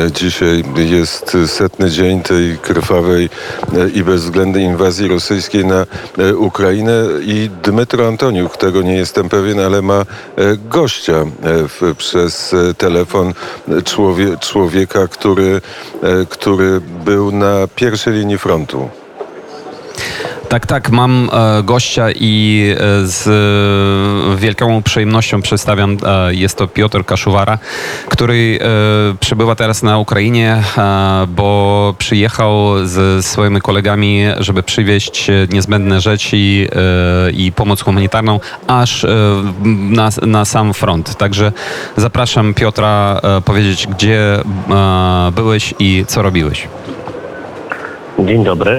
Dzisiaj jest 100. dzień tej krwawej i bezwzględnej inwazji rosyjskiej na Ukrainę i Dmytro Antoniuk, tego nie jestem pewien, ale ma gościa przez telefon, człowieka, który był na pierwszej linii frontu. Tak, mam gościa i z wielką przyjemnością przedstawiam, jest to Piotr Kaszuwara, który przebywa teraz na Ukrainie, bo przyjechał ze swoimi kolegami, żeby przywieźć niezbędne rzeczy i pomoc humanitarną aż na sam front. Także zapraszam Piotra powiedzieć, gdzie byłeś i co robiłeś. Dzień dobry.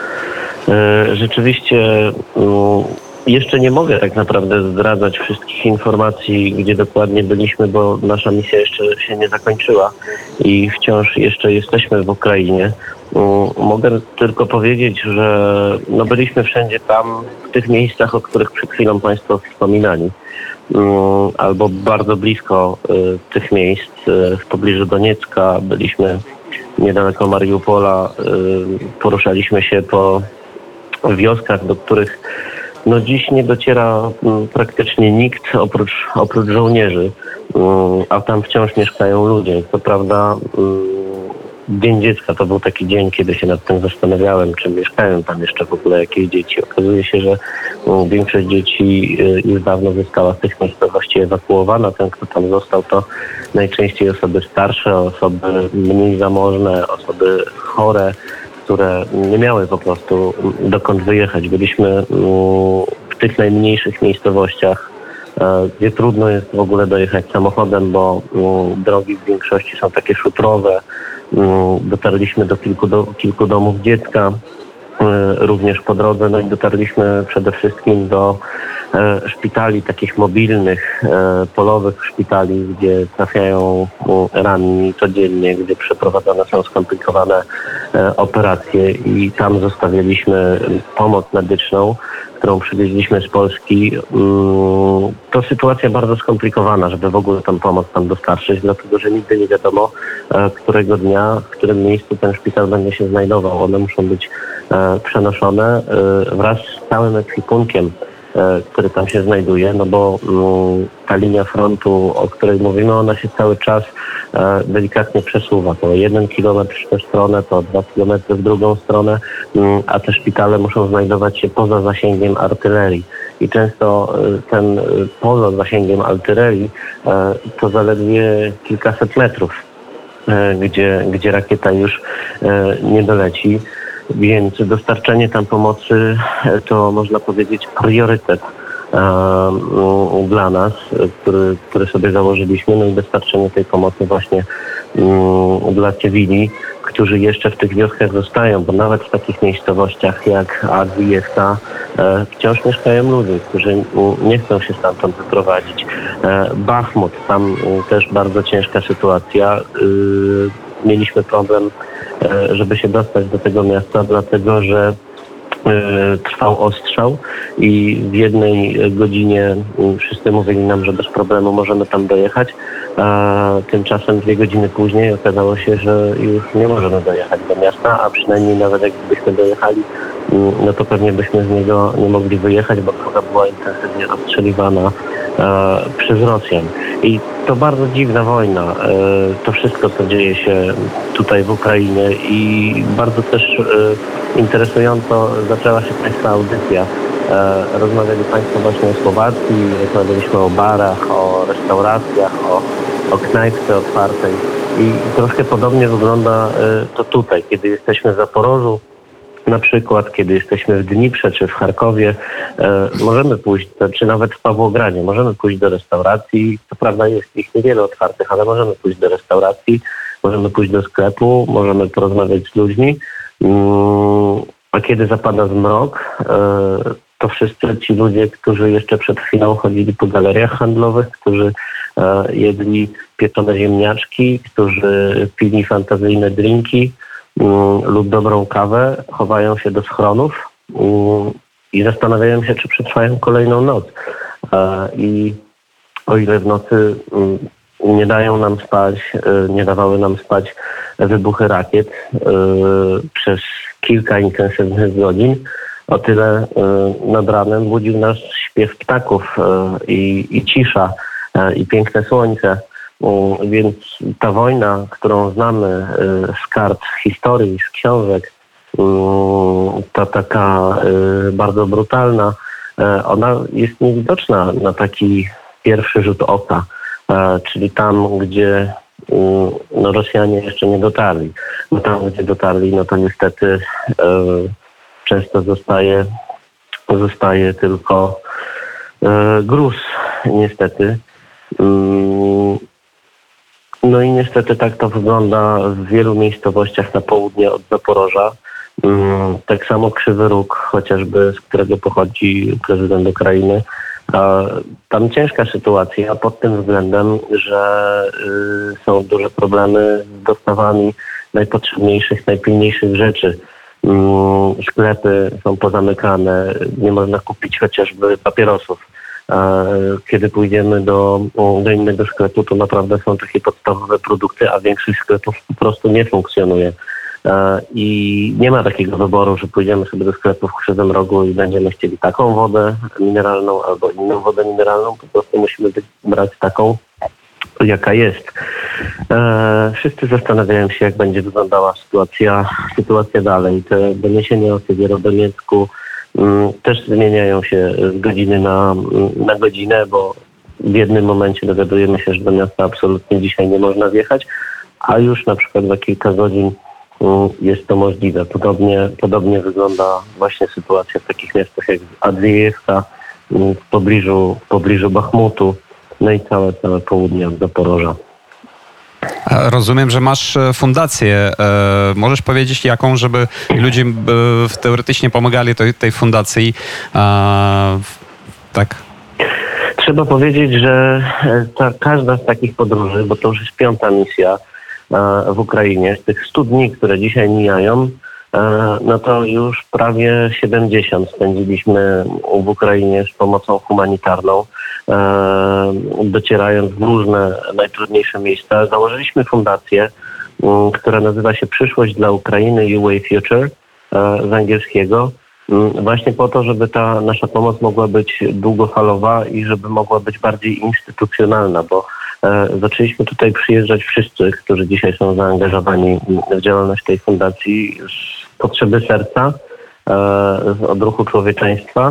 Rzeczywiście jeszcze nie mogę tak naprawdę zdradzać wszystkich informacji, gdzie dokładnie byliśmy, bo nasza misja jeszcze się nie zakończyła i wciąż jeszcze jesteśmy w Ukrainie. Mogę tylko powiedzieć, że byliśmy wszędzie tam, w tych miejscach, o których przed chwilą Państwo wspominali, albo bardzo blisko tych miejsc, w pobliżu Doniecka, byliśmy niedaleko Mariupola, poruszaliśmy się po wioskach, do których dziś nie dociera praktycznie nikt oprócz żołnierzy, a tam wciąż mieszkają ludzie. Co prawda Dzień Dziecka to był taki dzień, kiedy się nad tym zastanawiałem, czy mieszkają tam jeszcze w ogóle jakieś dzieci. Okazuje się, że większość dzieci już dawno została z tych miejscowości ewakuowana. Ten, kto tam został, to najczęściej osoby starsze, osoby mniej zamożne, osoby chore, które nie miały po prostu dokąd wyjechać. Byliśmy w tych najmniejszych miejscowościach, gdzie trudno jest w ogóle dojechać samochodem, bo drogi w większości są takie szutrowe. Dotarliśmy do kilku domów dziecka, również po drodze, i dotarliśmy przede wszystkim do szpitali takich mobilnych, polowych szpitali, gdzie trafiają ranni codziennie, gdzie przeprowadzane są skomplikowane operacje i tam zostawiliśmy pomoc medyczną, którą przywieźliśmy z Polski. To sytuacja bardzo skomplikowana, żeby w ogóle tę pomoc tam dostarczyć, dlatego że nigdy nie wiadomo, którego dnia, w którym miejscu ten szpital będzie się znajdował. One muszą być przenoszone wraz z całym ekwipunkiem, który tam się znajduje, bo ta linia frontu, o której mówimy, ona się cały czas delikatnie przesuwa. To 1 kilometr w tę stronę, to 2 kilometry w drugą stronę, a te szpitale muszą znajdować się poza zasięgiem artylerii. I często ten poza zasięgiem artylerii to zaledwie kilkaset metrów, gdzie rakieta już nie doleci. Więc dostarczenie tam pomocy to, można powiedzieć, priorytet dla nas, który sobie założyliśmy, i dostarczenie tej pomocy właśnie dla cywili, którzy jeszcze w tych wioskach zostają, bo nawet w takich miejscowościach jak Adwijewka wciąż mieszkają ludzie, którzy nie chcą się stamtąd wyprowadzić. Bachmut, tam też bardzo ciężka sytuacja. Mieliśmy problem, żeby się dostać do tego miasta, dlatego że trwał ostrzał i w 1 godzinie wszyscy mówili nam, że bez problemu możemy tam dojechać, a tymczasem 2 godziny później okazało się, że już nie możemy dojechać do miasta, a przynajmniej nawet jakbyśmy dojechali, to pewnie byśmy z niego nie mogli wyjechać, bo droga była intensywnie ostrzeliwana przez Rosjan. I to bardzo dziwna wojna, to wszystko, co dzieje się tutaj w Ukrainie, i bardzo też interesująco zaczęła się Państwa audycja. Rozmawiali Państwo właśnie o Słowacji, rozmawialiśmy o barach, o restauracjach, o knajpce otwartej i troszkę podobnie wygląda to tutaj, kiedy jesteśmy w Zaporożu, na przykład, kiedy jesteśmy w Dniprze czy w Charkowie, możemy pójść, czy nawet w Pawłogradzie, możemy pójść do restauracji. Co prawda jest ich niewiele otwartych, ale możemy pójść do restauracji, możemy pójść do sklepu, możemy porozmawiać z ludźmi. A kiedy zapada zmrok, to wszyscy ci ludzie, którzy jeszcze przed chwilą chodzili po galeriach handlowych, którzy jedli pieczone ziemniaczki, którzy pili fantazyjne drinki lub dobrą kawę, chowają się do schronów i zastanawiają się, czy przetrwają kolejną noc. I o ile w nocy nie dają nam spać, nie dawały nam spać wybuchy rakiet przez kilka intensywnych godzin. O tyle nad ranem budził nas śpiew ptaków i cisza i piękne słońce. Więc ta wojna, którą znamy z kart historii, z książek, ta taka bardzo brutalna, ona jest niewidoczna na taki pierwszy rzut oka, czyli tam, gdzie Rosjanie jeszcze nie dotarli. Bo tam, gdzie dotarli, no to niestety często zostaje tylko gruz, niestety. No i niestety tak to wygląda w wielu miejscowościach na południe od Zaporoża. Tak samo Krzywy Róg, chociażby z którego pochodzi prezydent Ukrainy. Tam ciężka sytuacja pod tym względem, że są duże problemy z dostawami najpotrzebniejszych, najpilniejszych rzeczy. Sklepy są pozamykane, nie można kupić chociażby papierosów. Kiedy pójdziemy do innego sklepu, to naprawdę są takie podstawowe produkty, a większość sklepów po prostu nie funkcjonuje. I nie ma takiego wyboru, że pójdziemy sobie do sklepu w Krzywym Rogu i będziemy chcieli taką wodę mineralną albo inną wodę mineralną. Po prostu musimy brać taką, jaka jest. Wszyscy zastanawiają się, jak będzie wyglądała sytuacja dalej. Te doniesienia o Siewierodoniecku też zmieniają się z godziny na godzinę, bo w jednym momencie dowiadujemy się, że do miasta absolutnie dzisiaj nie można wjechać, a już na przykład za kilka godzin jest to możliwe. Podobnie wygląda właśnie sytuacja w takich miastach jak Adwiejewka, w pobliżu Bachmutu, no i całe południe od Zaporoża. Rozumiem, że masz fundację. Możesz powiedzieć jaką, żeby ludzie teoretycznie pomagali tej fundacji? Tak. Trzeba powiedzieć, że każda z takich podróży, bo to już jest 5. misja w Ukrainie, z tych 100 dni, które dzisiaj mijają, no to już prawie 70 spędziliśmy w Ukrainie z pomocą humanitarną, docierając w różne najtrudniejsze miejsca. Założyliśmy fundację, która nazywa się Przyszłość dla Ukrainy UA Future z angielskiego, właśnie po to, żeby ta nasza pomoc mogła być długofalowa i żeby mogła być bardziej instytucjonalna, bo zaczęliśmy tutaj przyjeżdżać wszyscy, którzy dzisiaj są zaangażowani w działalność tej fundacji z potrzeby serca, z odruchu człowieczeństwa.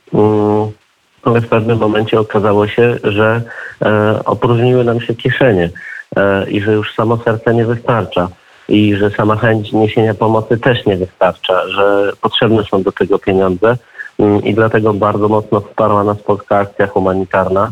Ale w pewnym momencie okazało się, że opróżniły nam się kieszenie i że już samo serce nie wystarcza i że sama chęć niesienia pomocy też nie wystarcza, że potrzebne są do tego pieniądze i dlatego bardzo mocno wsparła nas Polska Akcja Humanitarna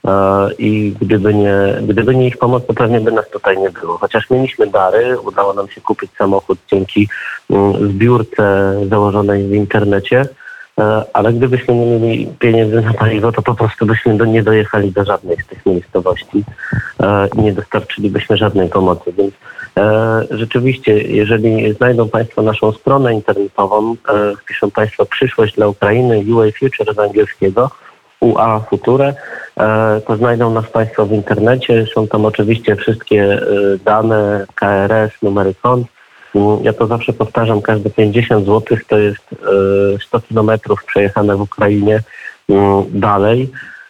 i gdyby nie ich pomoc, to pewnie by nas tutaj nie było. Chociaż mieliśmy dary, udało nam się kupić samochód dzięki zbiórce założonej w internecie, ale gdybyśmy nie mieli pieniędzy na paliwo, to po prostu byśmy nie dojechali do żadnej z tych miejscowości i nie dostarczylibyśmy żadnej pomocy. Więc rzeczywiście, jeżeli znajdą Państwo naszą stronę internetową, wpiszą Państwo Przyszłość dla Ukrainy, UA Future z angielskiego, UA Future, to znajdą nas Państwo w internecie. Są tam oczywiście wszystkie dane, KRS, numery kont. Ja to zawsze powtarzam, każde 50 zł to jest 100 kilometrów przejechane w Ukrainie dalej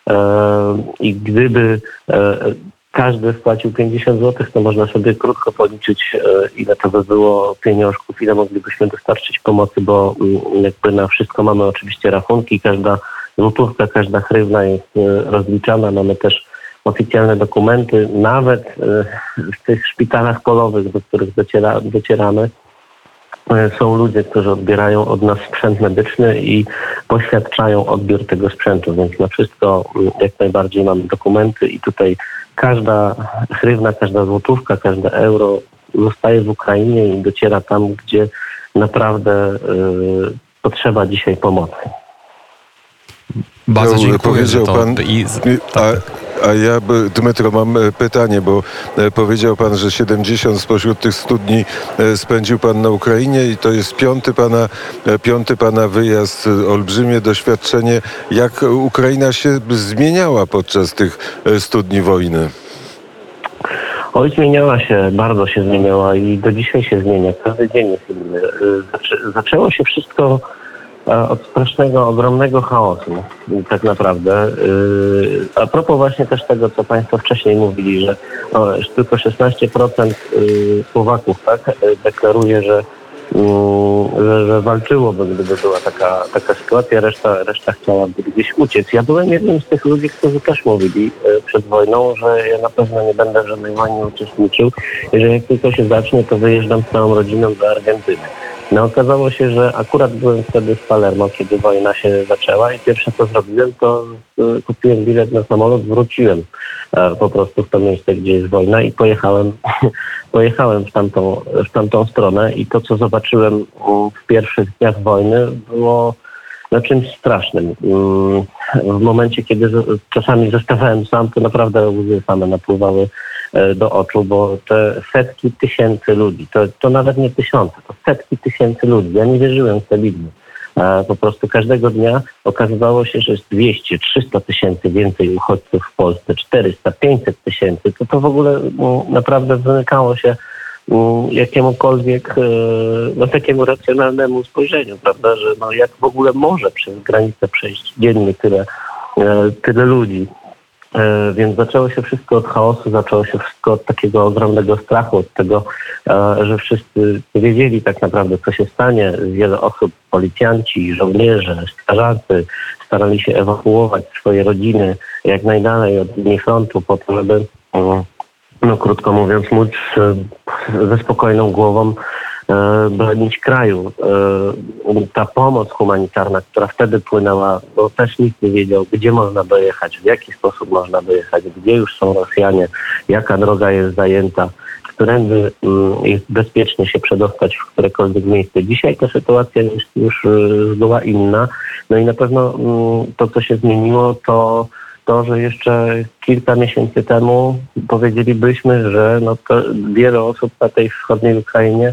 i gdyby każdy wpłacił 50 zł, to można sobie krótko policzyć, ile to by było pieniążków, ile moglibyśmy dostarczyć pomocy, bo jakby na wszystko mamy oczywiście rachunki, każda złotówka, każda hrywna jest rozliczana, mamy też oficjalne dokumenty, nawet w tych szpitalach polowych, do których docieramy, są ludzie, którzy odbierają od nas sprzęt medyczny i poświadczają odbiór tego sprzętu, więc na wszystko jak najbardziej mamy dokumenty i tutaj każda hrywna, każda złotówka, każde euro zostaje w Ukrainie i dociera tam, gdzie naprawdę potrzeba dzisiaj pomocy. Bardzo dziękuję za to. Pan, a ja, Dmytro, mam pytanie, bo powiedział pan, że 70 spośród tych 100 dni spędził pan na Ukrainie i to jest piąty pana wyjazd, olbrzymie doświadczenie. Jak Ukraina się zmieniała podczas tych 100 dni wojny? Oj, zmieniała się, bardzo się zmieniała i do dzisiaj się zmienia. Każdy dzień jest inny. Zaczęło się wszystko od strasznego, ogromnego chaosu, tak naprawdę. A propos właśnie też tego, co Państwo wcześniej mówili, że tylko 16% Słowaków deklaruje, że walczyłoby, gdyby była taka sytuacja, reszta chciałaby gdzieś uciec. Ja byłem jednym z tych ludzi, którzy też mówili przed wojną, że ja na pewno nie będę w żadnej wojnie uczestniczył i że jak tylko się zacznie, to wyjeżdżam z całą rodziną do Argentyny. No okazało się, że akurat byłem wtedy w Palermo, kiedy wojna się zaczęła i pierwsze co zrobiłem, to kupiłem bilet na samolot, wróciłem po prostu w to miejsce, gdzie jest wojna i pojechałem w tamtą stronę i to, co zobaczyłem w pierwszych dniach wojny, było czymś strasznym. W momencie, kiedy czasami zostawałem sam, to naprawdę łzy same napływały do oczu, bo te setki tysięcy ludzi, to nawet nie tysiące, to setki tysięcy ludzi. Ja nie wierzyłem w te liczby. Po prostu każdego dnia okazywało się, że jest 200, 300 tysięcy więcej uchodźców w Polsce, 400, 500 tysięcy. To w ogóle naprawdę wymykało się jakiemukolwiek takiemu racjonalnemu spojrzeniu, prawda, że jak w ogóle może przez granicę przejść dziennie tyle ludzi. Więc zaczęło się wszystko od chaosu, zaczęło się wszystko od takiego ogromnego strachu, od tego, że wszyscy wiedzieli tak naprawdę, co się stanie. Wiele osób, policjanci, żołnierze, strażacy starali się ewakuować swoje rodziny jak najdalej od linii frontu po to, żeby, krótko mówiąc, móc ze spokojną głową bronić kraju. Ta pomoc humanitarna, która wtedy płynęła, bo też nikt nie wiedział, gdzie można dojechać, w jaki sposób można dojechać, gdzie już są Rosjanie, jaka droga jest zajęta, którędy jest bezpiecznie się przedostać w którekolwiek miejsce. Dzisiaj ta sytuacja jest już zgoła inna. No i na pewno to, co się zmieniło, to, że jeszcze kilka miesięcy temu powiedzielibyśmy, że to wiele osób na tej wschodniej Ukrainie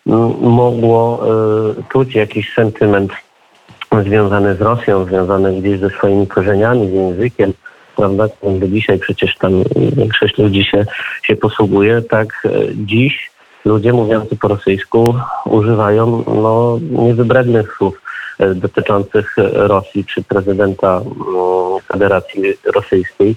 mogło czuć jakiś sentyment związany z Rosją, związany gdzieś ze swoimi korzeniami, z językiem, prawda? Do dzisiaj przecież tam większość ludzi się posługuje. Tak dziś ludzie mówiący po rosyjsku używają niewybrednych słów dotyczących Rosji czy prezydenta Federacji Rosyjskiej.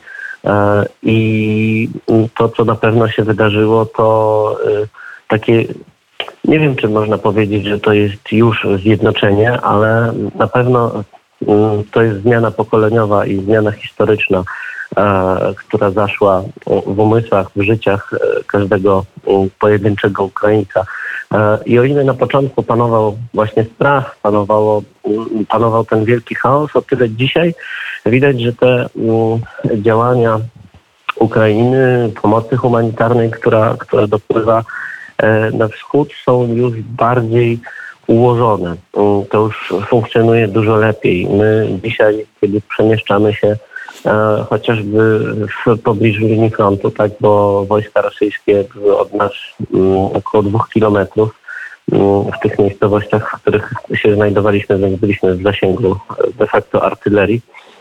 I to, co na pewno się wydarzyło, to takie, nie wiem, czy można powiedzieć, że to jest już zjednoczenie, ale na pewno to jest zmiana pokoleniowa i zmiana historyczna, która zaszła w umysłach, w życiach każdego pojedynczego Ukraińca. I o ile na początku panował właśnie strach, panował ten wielki chaos, o tyle dzisiaj widać, że te działania Ukrainy, pomocy humanitarnej, która dopływa na wschód, są już bardziej ułożone. To już funkcjonuje dużo lepiej. My dzisiaj, kiedy przemieszczamy się chociażby w pobliżu linii frontu, tak, bo wojska rosyjskie były od nas około 2 kilometrów w tych miejscowościach, w których się znajdowaliśmy, więc byliśmy w zasięgu de facto artylerii.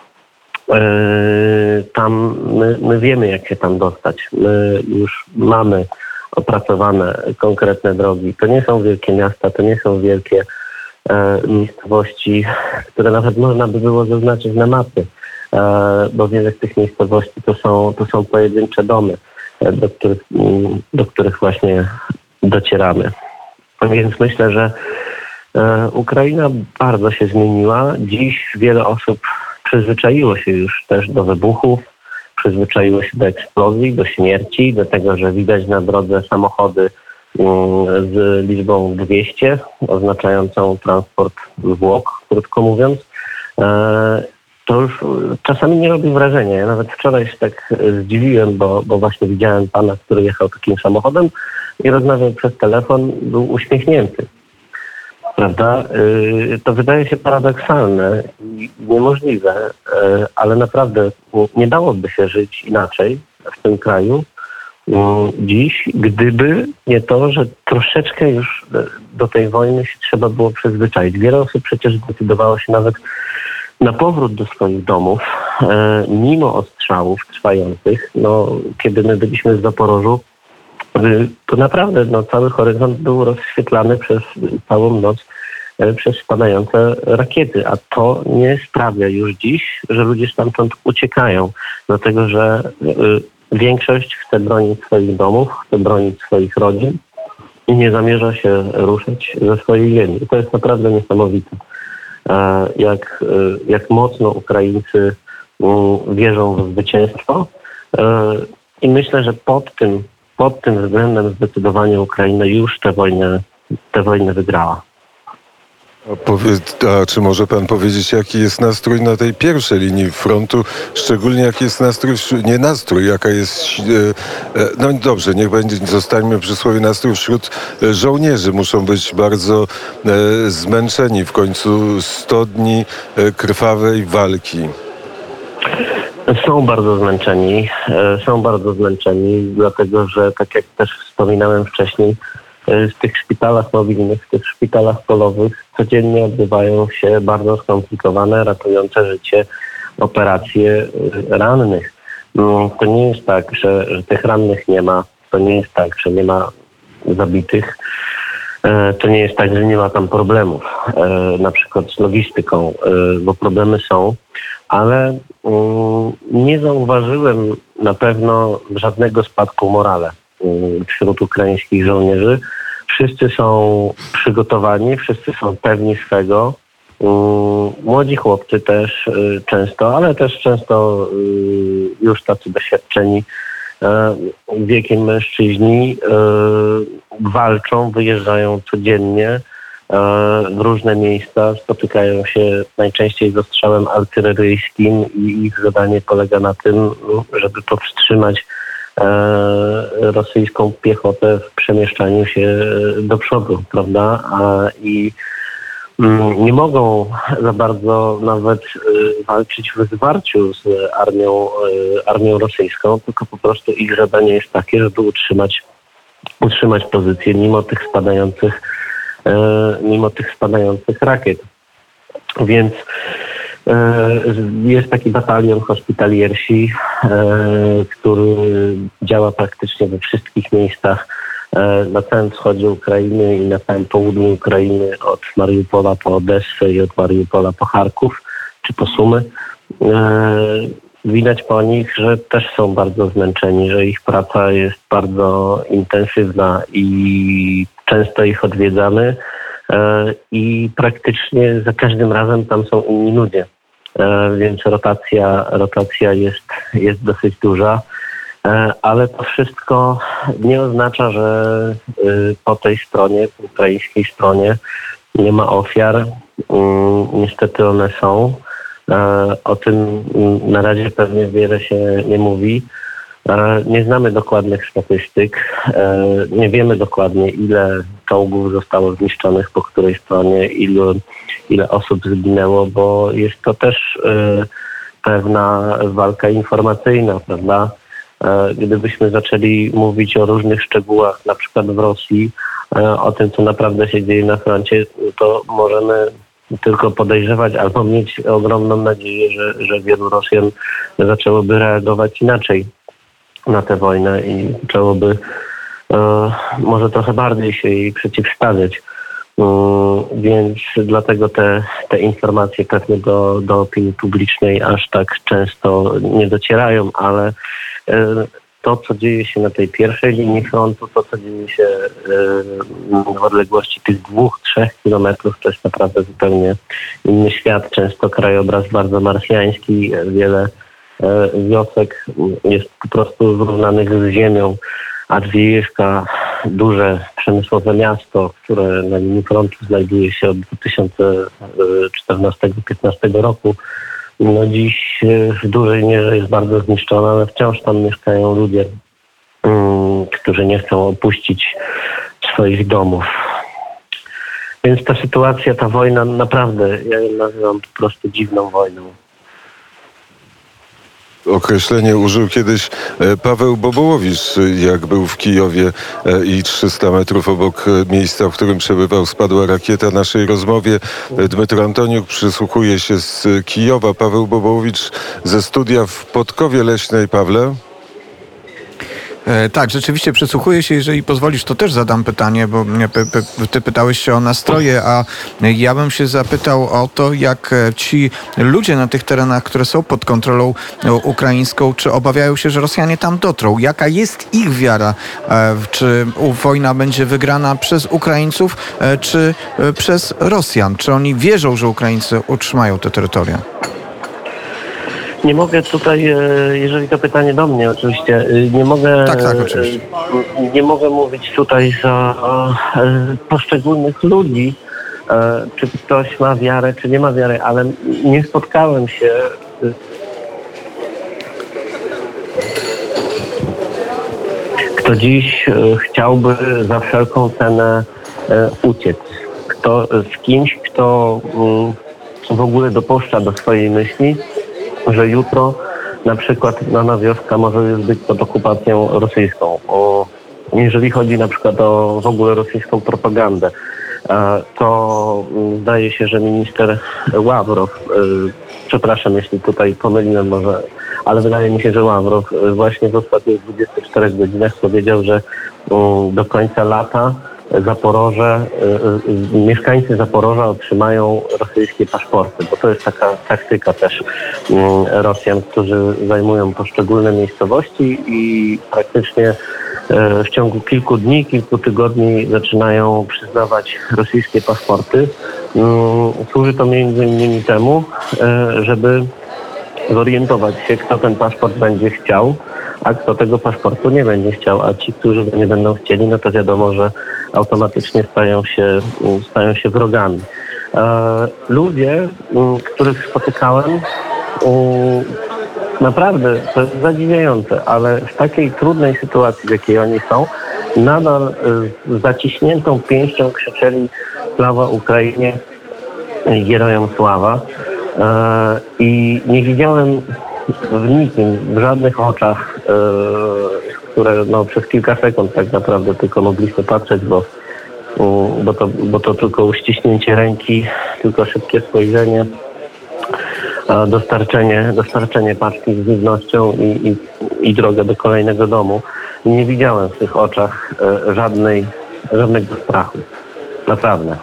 Tam my wiemy, jak się tam dostać. My już mamy opracowane konkretne drogi. To nie są wielkie miasta, to nie są wielkie miejscowości, które nawet można by było zaznaczyć na mapie, bo wiele z tych miejscowości to są pojedyncze domy, do których właśnie docieramy. Więc myślę, że Ukraina bardzo się zmieniła. Dziś wiele osób przyzwyczaiło się już też do wybuchów, przyzwyczaiło się do eksplozji, do śmierci, do tego, że widać na drodze samochody z liczbą 200, oznaczającą transport zwłok, krótko mówiąc. To już czasami nie robi wrażenia. Ja nawet wczoraj się tak zdziwiłem, bo właśnie widziałem pana, który jechał takim samochodem i rozmawiał przez telefon, był uśmiechnięty. Prawda? To wydaje się paradoksalne i niemożliwe, ale naprawdę nie dałoby się żyć inaczej w tym kraju dziś, gdyby nie to, że troszeczkę już do tej wojny się trzeba było przyzwyczaić. Wiele osób przecież zdecydowało się nawet na powrót do swoich domów, mimo ostrzałów trwających. Kiedy my byliśmy w Zaporożu, To naprawdę cały horyzont był rozświetlany przez całą noc przez spadające rakiety, a to nie sprawia już dziś, że ludzie stamtąd uciekają, dlatego że większość chce bronić swoich domów, chce bronić swoich rodzin i nie zamierza się ruszać ze swojej ziemi. I to jest naprawdę niesamowite, jak mocno Ukraińcy wierzą w zwycięstwo i myślę, że pod tym względem zdecydowanie Ukraina już tę wojnę wygrała. A czy może pan powiedzieć, jaki jest nastrój na tej pierwszej linii frontu? Szczególnie jaki jest nastrój, jaka jest... No dobrze, niech będzie, zostańmy przy słowie nastrój wśród żołnierzy. Muszą być bardzo zmęczeni w końcu 100 dni krwawej walki. Są bardzo zmęczeni, dlatego że, tak jak też wspominałem wcześniej, w tych szpitalach mobilnych, w tych szpitalach polowych codziennie odbywają się bardzo skomplikowane, ratujące życie operacje rannych. To nie jest tak, że tych rannych nie ma, to nie jest tak, że nie ma zabitych, to nie jest tak, że nie ma tam problemów, na przykład z logistyką, bo problemy są, ale nie zauważyłem na pewno żadnego spadku morale wśród ukraińskich żołnierzy. Wszyscy są przygotowani, wszyscy są pewni swego. Młodzi chłopcy też często, ale też często już tacy doświadczeni wiekiem mężczyźni walczą, wyjeżdżają codziennie w różne miejsca, spotykają się najczęściej z ostrzałem artyleryjskim i ich zadanie polega na tym, żeby powstrzymać rosyjską piechotę w przemieszczaniu się do przodu, prawda? I nie mogą za bardzo nawet walczyć w zwarciu z armią rosyjską, tylko po prostu ich zadanie jest takie, żeby utrzymać pozycję mimo tych spadających rakiet. Więc jest taki batalion hospitaliersi, który działa praktycznie we wszystkich miejscach na całym wschodzie Ukrainy i na całym południu Ukrainy, od Mariupola po Odessę i od Mariupola po Charków czy po Sumy. Widać po nich, że też są bardzo zmęczeni, że ich praca jest bardzo intensywna i często ich odwiedzamy i praktycznie za każdym razem tam są inni ludzie, więc rotacja jest dosyć duża, ale to wszystko nie oznacza, że po tej stronie, po ukraińskiej stronie nie ma ofiar. Niestety one są. O tym na razie pewnie wiele się nie mówi. Nie znamy dokładnych statystyk. Nie wiemy dokładnie, ile czołgów zostało zniszczonych po której stronie, ile osób zginęło, bo jest to też pewna walka informacyjna, prawda? Gdybyśmy zaczęli mówić o różnych szczegółach, na przykład w Rosji, o tym, co naprawdę się dzieje na froncie, to możemy tylko podejrzewać albo mieć ogromną nadzieję, że wielu Rosjan zaczęłoby reagować inaczej na tę wojnę i zaczęłoby może trochę bardziej się jej przeciwstawiać. Więc dlatego te informacje pewnie do opinii publicznej aż tak często nie docierają, ale to, co dzieje się na tej pierwszej linii frontu, to, co dzieje się w odległości tych 2-3 kilometrów, to jest naprawdę zupełnie inny świat. Często krajobraz bardzo marsjański, wiele wiosek jest po prostu zrównanych z ziemią. Adwiejewka, duże przemysłowe miasto, które na linii frontu znajduje się od 2014-2015 roku, no dziś w dużej mierze jest bardzo zniszczona, ale wciąż tam mieszkają ludzie, którzy nie chcą opuścić swoich domów. Więc ta sytuacja, ta wojna naprawdę, ja ją nazywam po prostu dziwną wojną. Określenie użył kiedyś Paweł Bobołowicz, jak był w Kijowie i 300 metrów obok miejsca, w którym przebywał, spadła rakieta. Naszej rozmowie Dmytro Antoniuk przysłuchuje się z Kijowa. Paweł Bobołowicz ze studia w Podkowie Leśnej. Pawle? Tak, rzeczywiście przysłuchuję się. Jeżeli pozwolisz, to też zadam pytanie, bo ty pytałeś się o nastroje, a ja bym się zapytał o to, jak ci ludzie na tych terenach, które są pod kontrolą ukraińską, czy obawiają się, że Rosjanie tam dotrą? Jaka jest ich wiara? Czy wojna będzie wygrana przez Ukraińców, czy przez Rosjan? Czy oni wierzą, że Ukraińcy utrzymają te terytoria? Nie mogę tutaj, jeżeli to pytanie do mnie oczywiście, nie mogę, Tak, oczywiście. Nie mogę mówić tutaj za poszczególnych ludzi, czy ktoś ma wiarę, czy nie ma wiary, ale nie spotkałem się kto dziś chciałby za wszelką cenę uciec. Z kimś, kto w ogóle dopuszcza do swojej myśli, że jutro na przykład dana wioska może już być pod okupacją rosyjską. Jeżeli chodzi na przykład o w ogóle rosyjską propagandę, to zdaje się, że minister Ławrow, przepraszam jeśli tutaj pomyliłem może, ale wydaje mi się, że Ławrow właśnie w ostatnich 24 godzinach powiedział, że do końca lata mieszkańcy Zaporoża otrzymają rosyjskie paszporty, bo to jest taka taktyka też Rosjan, którzy zajmują poszczególne miejscowości i praktycznie w ciągu kilku dni, kilku tygodni zaczynają przyznawać rosyjskie paszporty. Służy to między innymi temu, żeby zorientować się, kto ten paszport będzie chciał, a kto tego paszportu nie będzie chciał, a ci, którzy go nie będą chcieli, no to wiadomo, że automatycznie stają się wrogami. Ludzie, których spotykałem, naprawdę to jest zadziwiające, ale w takiej trudnej sytuacji, w jakiej oni są, nadal z zaciśniętą pięścią krzyczeli sława Ukrainie, Herojom sława. I nie widziałem w nikim, w żadnych oczach, które przez kilka sekund tak naprawdę tylko mogliśmy patrzeć, bo to tylko uściśnięcie ręki, tylko szybkie spojrzenie, dostarczenie paczki z żywnością i drogę do kolejnego domu. Nie widziałem w tych oczach żadnego strachu. Naprawdę.